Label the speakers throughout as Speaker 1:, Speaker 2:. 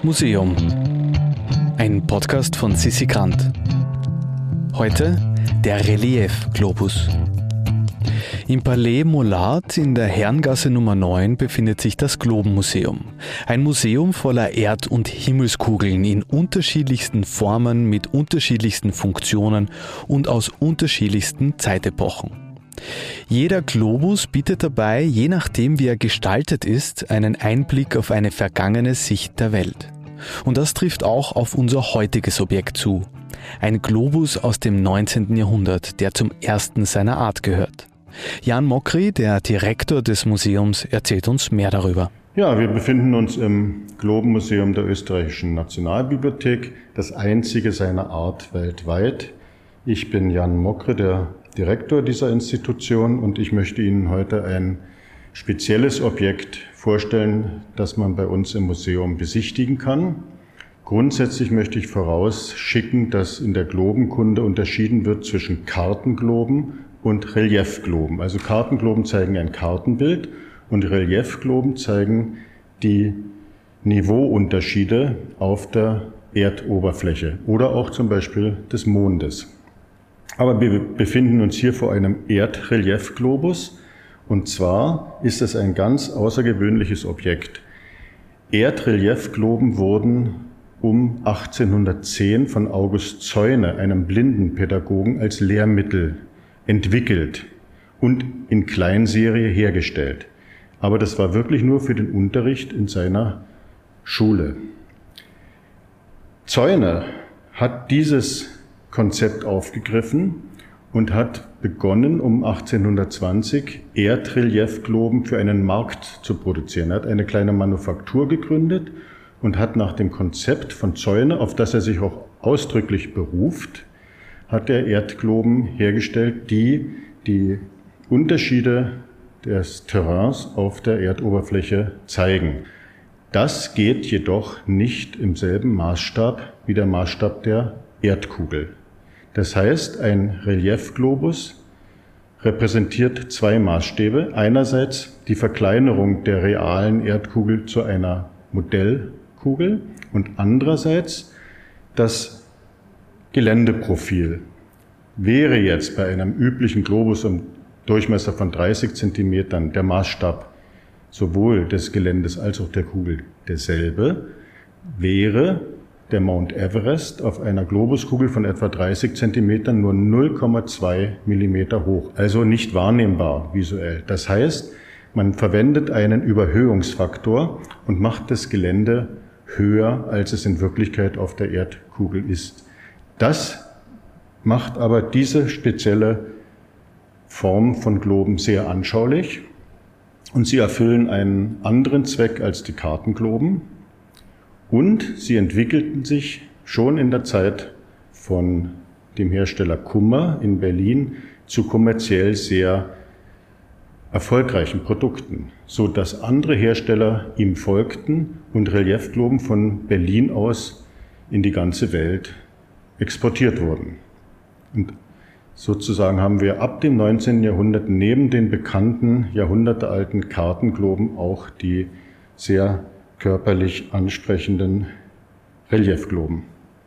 Speaker 1: Museum. Ein Podcast von Sissi Grant. Heute der Relief-Globus. Im Palais Mollard in der Herrengasse Nummer 9 befindet sich das Globenmuseum. Ein Museum voller Erd- und Himmelskugeln in unterschiedlichsten Formen, mit unterschiedlichsten Funktionen und aus unterschiedlichsten Zeitepochen. Jeder Globus bietet dabei, je nachdem wie er gestaltet ist, einen Einblick auf eine vergangene Sicht der Welt. Und das trifft auch auf unser heutiges Objekt zu. Ein Globus aus dem 19. Jahrhundert, der zum ersten seiner Art gehört. Jan Mokry, der Direktor des Museums, erzählt uns mehr darüber.
Speaker 2: Ja, wir befinden uns im Globenmuseum der Österreichischen Nationalbibliothek, das einzige seiner Art weltweit. Ich bin Jan Mokry, der Direktor dieser Institution, und ich möchte Ihnen heute ein spezielles Objekt vorstellen, das man bei uns im Museum besichtigen kann. Grundsätzlich möchte ich vorausschicken, dass in der Globenkunde unterschieden wird zwischen Kartengloben und Reliefgloben. Also Kartengloben zeigen ein Kartenbild und Reliefgloben zeigen die Niveauunterschiede auf der Erdoberfläche oder auch zum Beispiel des Mondes. Aber wir befinden uns hier vor einem Erdreliefglobus, und zwar ist es ein ganz außergewöhnliches Objekt. Erdreliefgloben wurden um 1810 von August Zeuner, einem Blindenpädagogen, als Lehrmittel entwickelt und in Kleinserie hergestellt. Aber das war wirklich nur für den Unterricht in seiner Schule. Zeuner hat dieses Konzept aufgegriffen und hat begonnen, um 1820 Erdreliefgloben für einen Markt zu produzieren. Er hat eine kleine Manufaktur gegründet und hat nach dem Konzept von Zeuner, auf das er sich auch ausdrücklich beruft, hat er Erdgloben hergestellt, die die Unterschiede des Terrains auf der Erdoberfläche zeigen. Das geht jedoch nicht im selben Maßstab wie der Maßstab der Erdkugel. Das heißt, ein Reliefglobus repräsentiert zwei Maßstäbe. Einerseits die Verkleinerung der realen Erdkugel zu einer Modellkugel und andererseits das Geländeprofil. Wäre jetzt bei einem üblichen Globus im Durchmesser von 30 Zentimetern der Maßstab sowohl des Geländes als auch der Kugel derselbe, wäre der Mount Everest auf einer Globuskugel von etwa 30 Zentimetern nur 0,2 Millimeter hoch, also nicht wahrnehmbar visuell. Das heißt, man verwendet einen Überhöhungsfaktor und macht das Gelände höher, als es in Wirklichkeit auf der Erdkugel ist. Das macht aber diese spezielle Form von Globen sehr anschaulich, und sie erfüllen einen anderen Zweck als die Kartengloben. Und sie entwickelten sich schon in der Zeit von dem Hersteller Kummer in Berlin zu kommerziell sehr erfolgreichen Produkten, so dass andere Hersteller ihm folgten und Reliefgloben von Berlin aus in die ganze Welt exportiert wurden. Und sozusagen haben wir ab dem 19. Jahrhundert neben den bekannten jahrhundertealten Kartengloben auch die sehr körperlich ansprechenden Reliefgloben.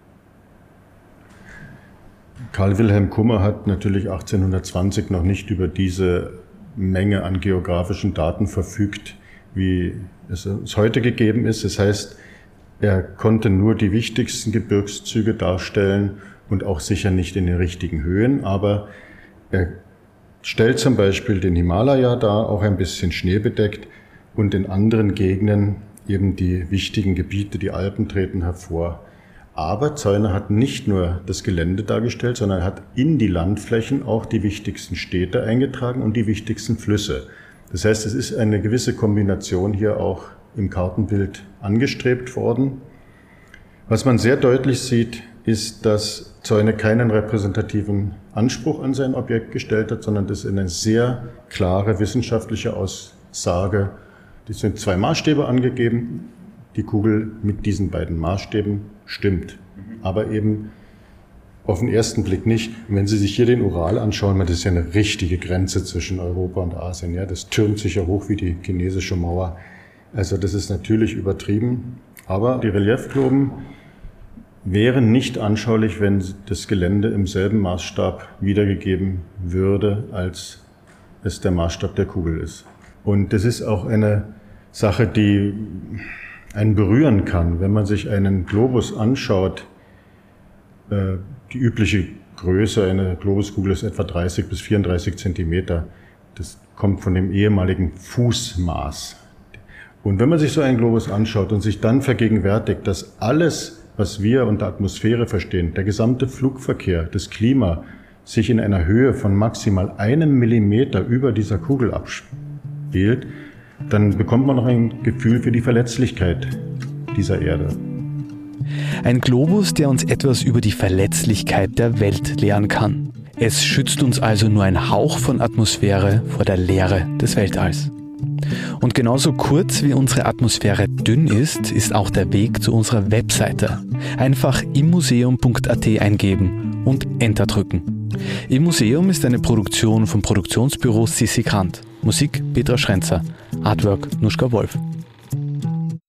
Speaker 2: Karl Wilhelm Kummer hat natürlich 1820 noch nicht über diese Menge an geografischen Daten verfügt, wie es uns heute gegeben ist. Das heißt, er konnte nur die wichtigsten Gebirgszüge darstellen und auch sicher nicht in den richtigen Höhen, aber er stellt zum Beispiel den Himalaya dar, auch ein bisschen schneebedeckt, und in anderen Gegenden eben die wichtigen Gebiete, die Alpen treten hervor. Aber Zeuner hat nicht nur das Gelände dargestellt, sondern er hat in die Landflächen auch die wichtigsten Städte eingetragen und die wichtigsten Flüsse. Das heißt, es ist eine gewisse Kombination hier auch im Kartenbild angestrebt worden. Was man sehr deutlich sieht, ist, dass Zeuner keinen repräsentativen Anspruch an sein Objekt gestellt hat, sondern das ist eine sehr klare wissenschaftliche Aussage. Es sind zwei Maßstäbe angegeben. Die Kugel mit diesen beiden Maßstäben stimmt, aber eben auf den ersten Blick nicht. Und wenn Sie sich hier den Ural anschauen, das ist ja eine richtige Grenze zwischen Europa und Asien. Ja, das türmt sich ja hoch wie die chinesische Mauer. Also das ist natürlich übertrieben. Aber die Reliefgloben wären nicht anschaulich, wenn das Gelände im selben Maßstab wiedergegeben würde, als es der Maßstab der Kugel ist. Und das ist auch eine Sache, die einen berühren kann, wenn man sich einen Globus anschaut. Die übliche Größe einer Globuskugel ist etwa 30 bis 34 Zentimeter. Das kommt von dem ehemaligen Fußmaß. Und wenn man sich so einen Globus anschaut und sich dann vergegenwärtigt, dass alles, was wir unter Atmosphäre verstehen, der gesamte Flugverkehr, das Klima, sich in einer Höhe von maximal 1 Millimeter über dieser Kugel abspielt, dann bekommt man noch ein Gefühl für die Verletzlichkeit dieser Erde.
Speaker 1: Ein Globus, der uns etwas über die Verletzlichkeit der Welt lehren kann. Es schützt uns also nur ein Hauch von Atmosphäre vor der Leere des Weltalls. Und genauso kurz wie unsere Atmosphäre dünn ist auch der Weg zu unserer Webseite. Einfach immuseum.at eingeben und Enter drücken. Im Museum ist eine Produktion vom Produktionsbüro Sissi Grant. Musik Petra Schrenzer. Artwork Nuschka Wolf.